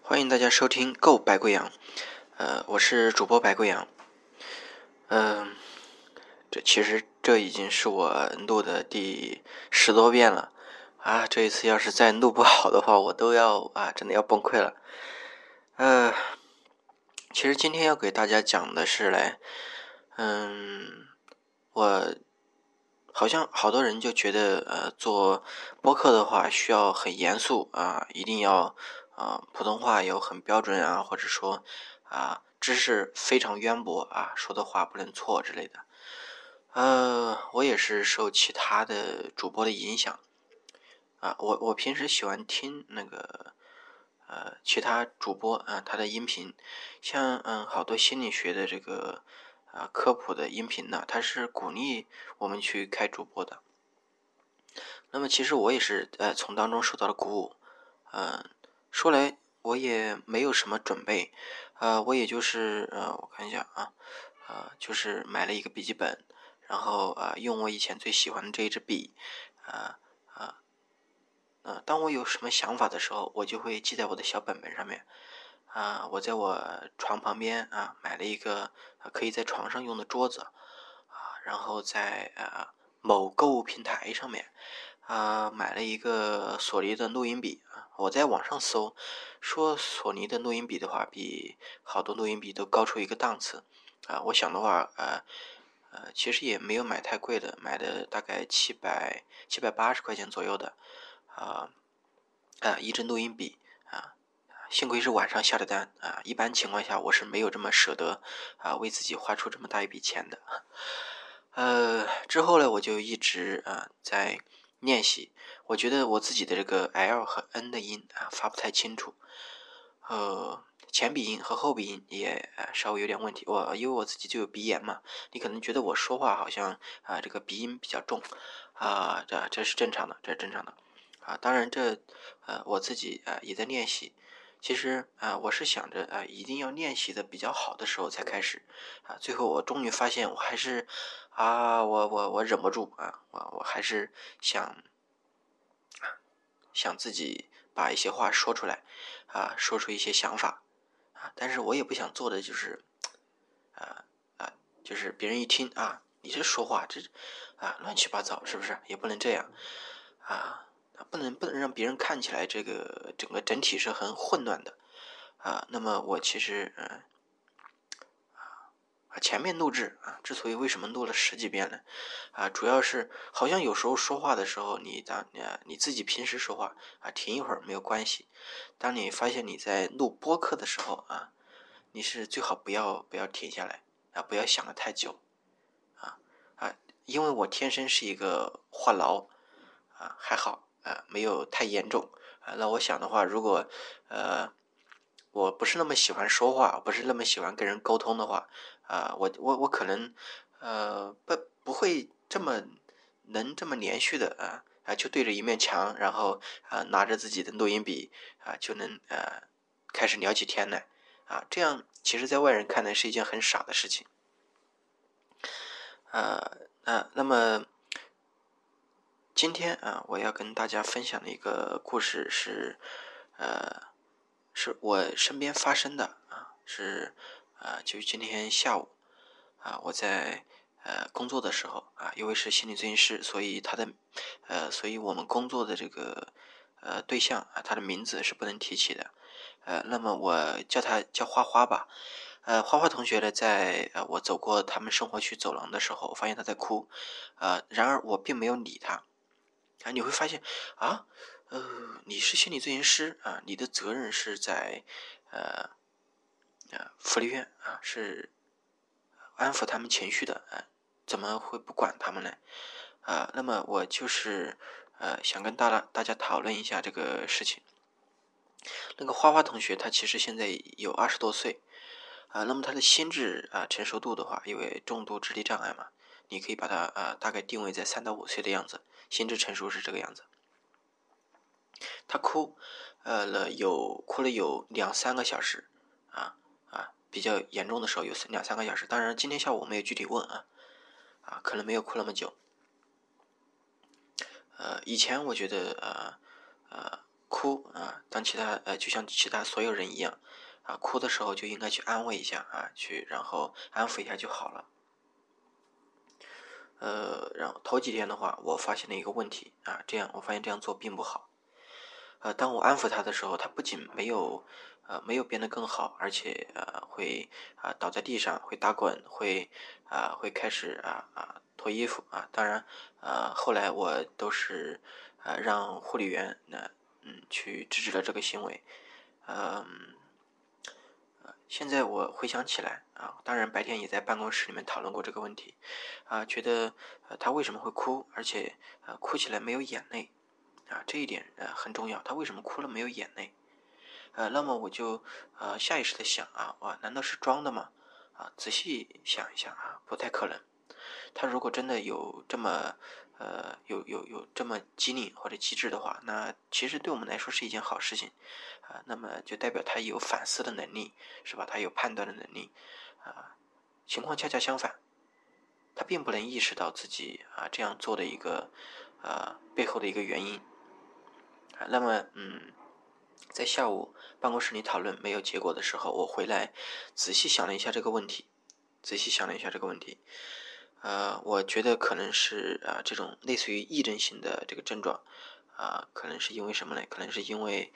欢迎大家收听购白贵阳，我是主播白贵阳。这已经是我录的第10多遍了啊！这一次要是再录不好的话，我都要真的要崩溃了。其实今天要给大家讲的是我好像好多人就觉得做播客的话需要很严肃一定要普通话有很标准或者说知识非常渊博说的话不能错之类的。我也是受其他的主播的影响我平时喜欢听那个其他主播他的音频，像好多心理学的这个科普的音频呢，它是鼓励我们去开主播的。那么其实我也是从当中受到了鼓舞。说来我也没有什么准备，我也就是我看一下就是买了一个笔记本，然后用我以前最喜欢的这一支笔，当我有什么想法的时候，我就会记在我的小本本上面。我在我床旁边买了一个可以在床上用的桌子然后在某购物平台上面买了一个索尼的录音笔我在网上搜，说索尼的录音笔的话比好多录音笔都高出一个档次我想的话其实也没有买太贵的，买的大概780块钱左右的一支录音笔幸亏是晚上下的单一般情况下我是没有这么舍得为自己花出这么大一笔钱的。之后呢，我就一直在练习。我觉得我自己的这个 L 和 N 的音发不太清楚，前鼻音和后鼻音也稍微有点问题。因为我自己就有鼻炎嘛，你可能觉得我说话好像这个鼻音比较重这是正常的，这是正常的当然我自己也在练习。其实我是想着一定要练习的比较好的时候才开始最后我终于发现我还是我忍不住我还是想自己把一些话说出来说出一些想法但是我也不想做的就是就是别人一听你这说话这乱七八糟，是不是？也不能这样不能让别人看起来这个整体是很混乱的那么我其实前面录制之所以为什么录了10几遍呢主要是好像有时候说话的时候你自己平时说话停一会儿没有关系，当你发现你在录播客的时候你是最好不要停下来不要想得太久因为我天生是一个话痨还好没有太严重那我想的话，如果我不是那么喜欢说话，不是那么喜欢跟人沟通的话我可能不会能这么连续的就对着一面墙，然后拿着自己的录音笔就能开始聊起天来这样其实在外人看来是一件很傻的事情那么今天我要跟大家分享的一个故事是我身边发生的就今天下午我在工作的时候因为是心理咨询师，所以所以我们工作的这个对象他的名字是不能提起的那么我叫花花吧花花同学呢，在我走过他们生活区走廊的时候，我发现他在哭然而我并没有理他你会发现你是心理咨询师你的责任是在福利院是安抚他们情绪的怎么会不管他们呢那么我就是想跟大家讨论一下这个事情。那个花花同学他其实现在有20多岁那么他的心智成熟度的话，因为重度智力障碍嘛，你可以把他大概定位在3到5岁的样子，心智成熟是这个样子。他哭了有2-3个小时比较严重的时候有2-3个小时，当然今天下午我没有具体问可能没有哭那么久以前我觉得哭啊，就像其他所有人一样啊，哭的时候就应该去安慰一下啊，然后安抚一下就好了。然后头几天的话，我发现了一个问题啊，我发现这样做并不好。当我安抚他的时候，他不仅没有变得更好，而且会倒在地上，会打滚，会开始脱衣服啊。当然后来我都是让护理员去制止了这个行为。现在我回想起来啊，当然白天也在办公室里面讨论过这个问题啊，觉得他为什么会哭，而且哭起来没有眼泪啊，这一点很重要。他为什么哭了没有眼泪？那么我就下意识的想啊，哇，难道是装的吗？仔细想一想啊，不太可能。他如果真的有这么有这么机灵或者机智的话，那其实对我们来说是一件好事情那么就代表他有反思的能力，是吧？他有判断的能力情况恰恰相反，他并不能意识到自己这样做的一个背后的一个原因那么在下午办公室里讨论没有结果的时候，我回来仔细想了一下这个问题，我觉得可能是这种类似于癔症型的这个症状可能是因为什么呢？可能是因为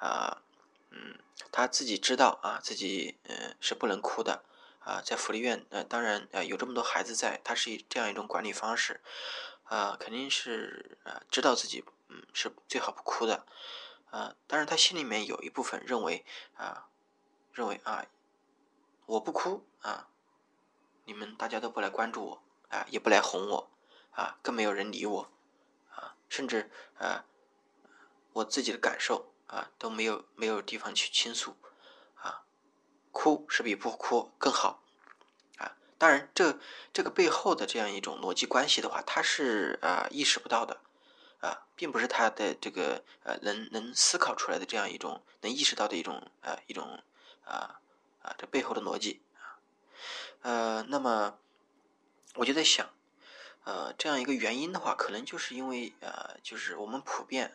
他自己知道自己是不能哭的在福利院当然有这么多孩子在，他是这样一种管理方式肯定是知道自己是最好不哭的当然他心里面有一部分认为我不哭你们大家都不来关注我也不来哄我更没有人理我甚至我自己的感受都没有地方去倾诉哭是比不哭更好当然这个背后的这样一种逻辑关系的话，他是意识不到的并不是他的这个能思考出来的这样一种能意识到的一种这背后的逻辑那么我就在想这样一个原因的话，可能就是因为就是我们普遍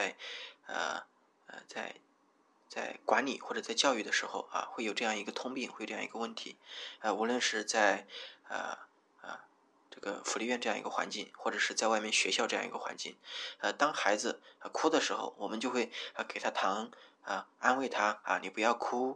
在管理或者在教育的时候会有这样一个通病，会有这样一个问题无论是在这个福利院这样一个环境，或者是在外面学校这样一个环境当孩子哭的时候，我们就会给他糖安慰他你不要哭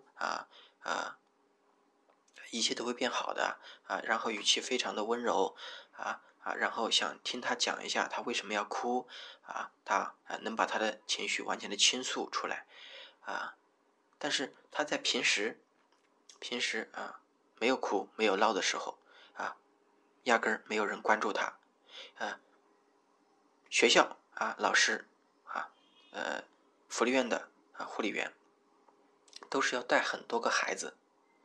一切都会变好的然后语气非常的温柔然后想听他讲一下他为什么要哭他能把他的情绪完全的倾诉出来但是他在平时没有哭没有闹的时候压根儿没有人关注他学校老师福利院的护理员都是要带很多个孩子，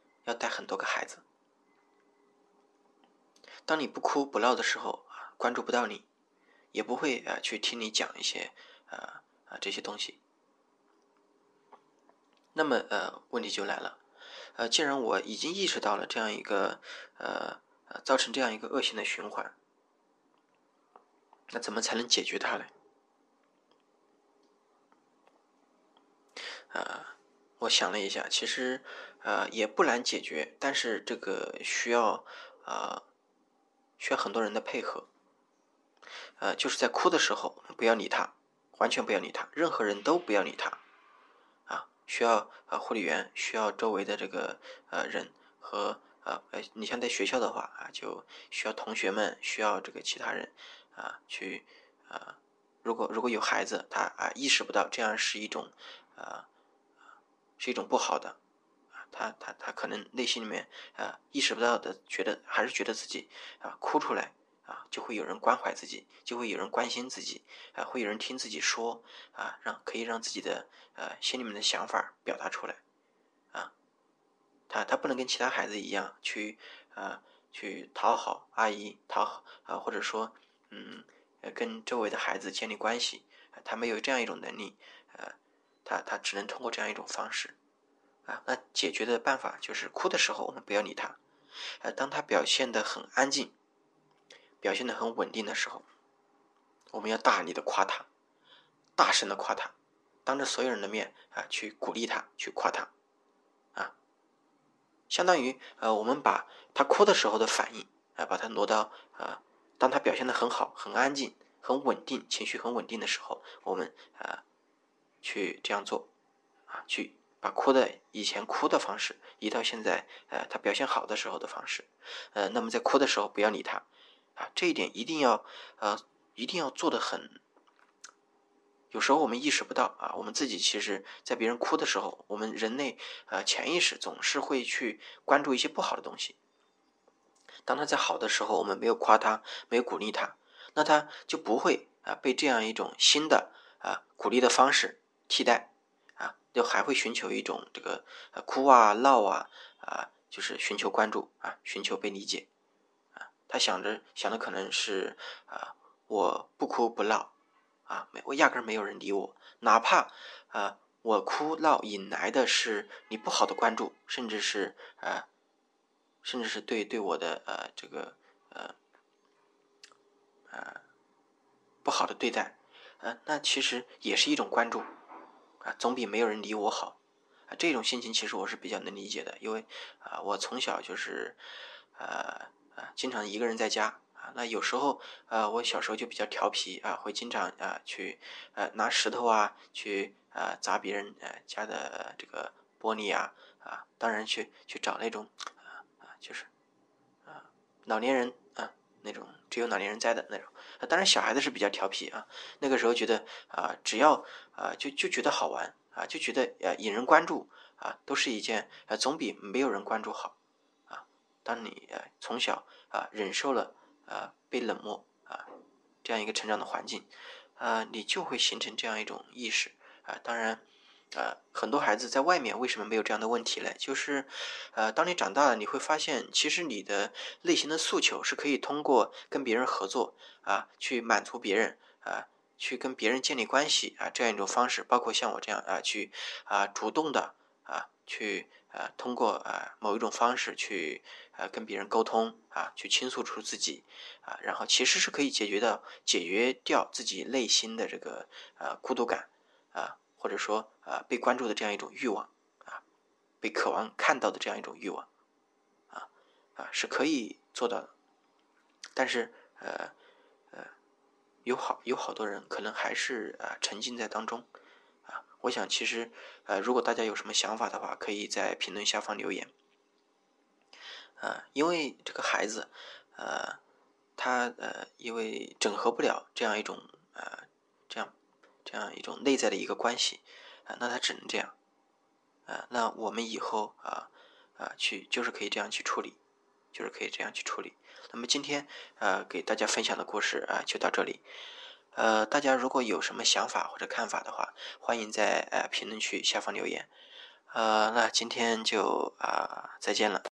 当你不哭不闹的时候关注不到你，也不会去听你讲一些这些东西。那么问题就来了既然我已经意识到了这样一个造成这样一个恶性的循环，那怎么才能解决它呢？我想了一下，其实也不难解决，但是这个需要很多人的配合就是在哭的时候不要理他，完全不要理他，任何人都不要理他需要护理员，需要周围的这个人和你像在学校的话就需要同学们，需要这个其他人去如果有孩子他意识不到这样是一种不好的他可能内心里面意识不到的还是觉得自己哭出来就会有人关怀自己，就会有人关心自己会有人听自己说可以让自己的心里面的想法表达出来他不能跟其他孩子一样去讨好阿姨，讨好或者说跟周围的孩子建立关系他没有这样一种能力他只能通过这样一种方式那解决的办法就是哭的时候我们不要理他当他表现得很安静，表现得很稳定的时候，我们要大力的夸他，大声的夸他当着所有人的面去鼓励他，去夸他相当于我们把他哭的时候的反应把它挪到当他表现得很好、很安静、很稳定、情绪很稳定的时候，我们去这样做去把以前哭的方式移到现在他表现好的时候的方式。那么在哭的时候不要理他这一点一定要做得很。有时候我们意识不到我们自己其实在别人哭的时候，我们人类潜意识总是会去关注一些不好的东西。当他在好的时候，我们没有夸他，没有鼓励他，那他就不会被这样一种新的鼓励的方式替代就还会寻求一种这个哭闹就是寻求关注寻求被理解他想的可能是我不哭不闹我压根没有人理我，哪怕我哭闹引来的是你不好的关注，甚至是对我的这个不好的对待那其实也是一种关注总比没有人理我好这种心情其实我是比较能理解的，因为我从小就是经常一个人在家那有时候我小时候就比较调皮会经常去拿石头去砸别人家的这个玻璃当然去找那种就是老年人那种只有老年人在的那种当然小孩子是比较调皮那个时候觉得只要就觉得好玩就觉得引人关注都是一件总比没有人关注好当你从小忍受了被冷漠这样一个成长的环境你就会形成这样一种意识当然很多孩子在外面为什么没有这样的问题呢？就是当你长大了，你会发现其实你的内心的诉求是可以通过跟别人合作去满足别人去跟别人建立关系这样一种方式，包括像我这样去主动的去通过某一种方式去跟别人沟通去倾诉出自己然后其实是可以解决掉自己内心的这个孤独感或者说被关注的这样一种欲望被渴望看到的这样一种欲望是可以做到的。但是有好多人可能还是沉浸在当中我想其实如果大家有什么想法的话，可以在评论下方留言因为这个孩子他因为整合不了这样一种这样一种内在的一个关系那他只能这样那我们以后就是可以这样去处理，那么今天给大家分享的故事就到这里大家如果有什么想法或者看法的话，欢迎在评论区下方留言那今天就再见了。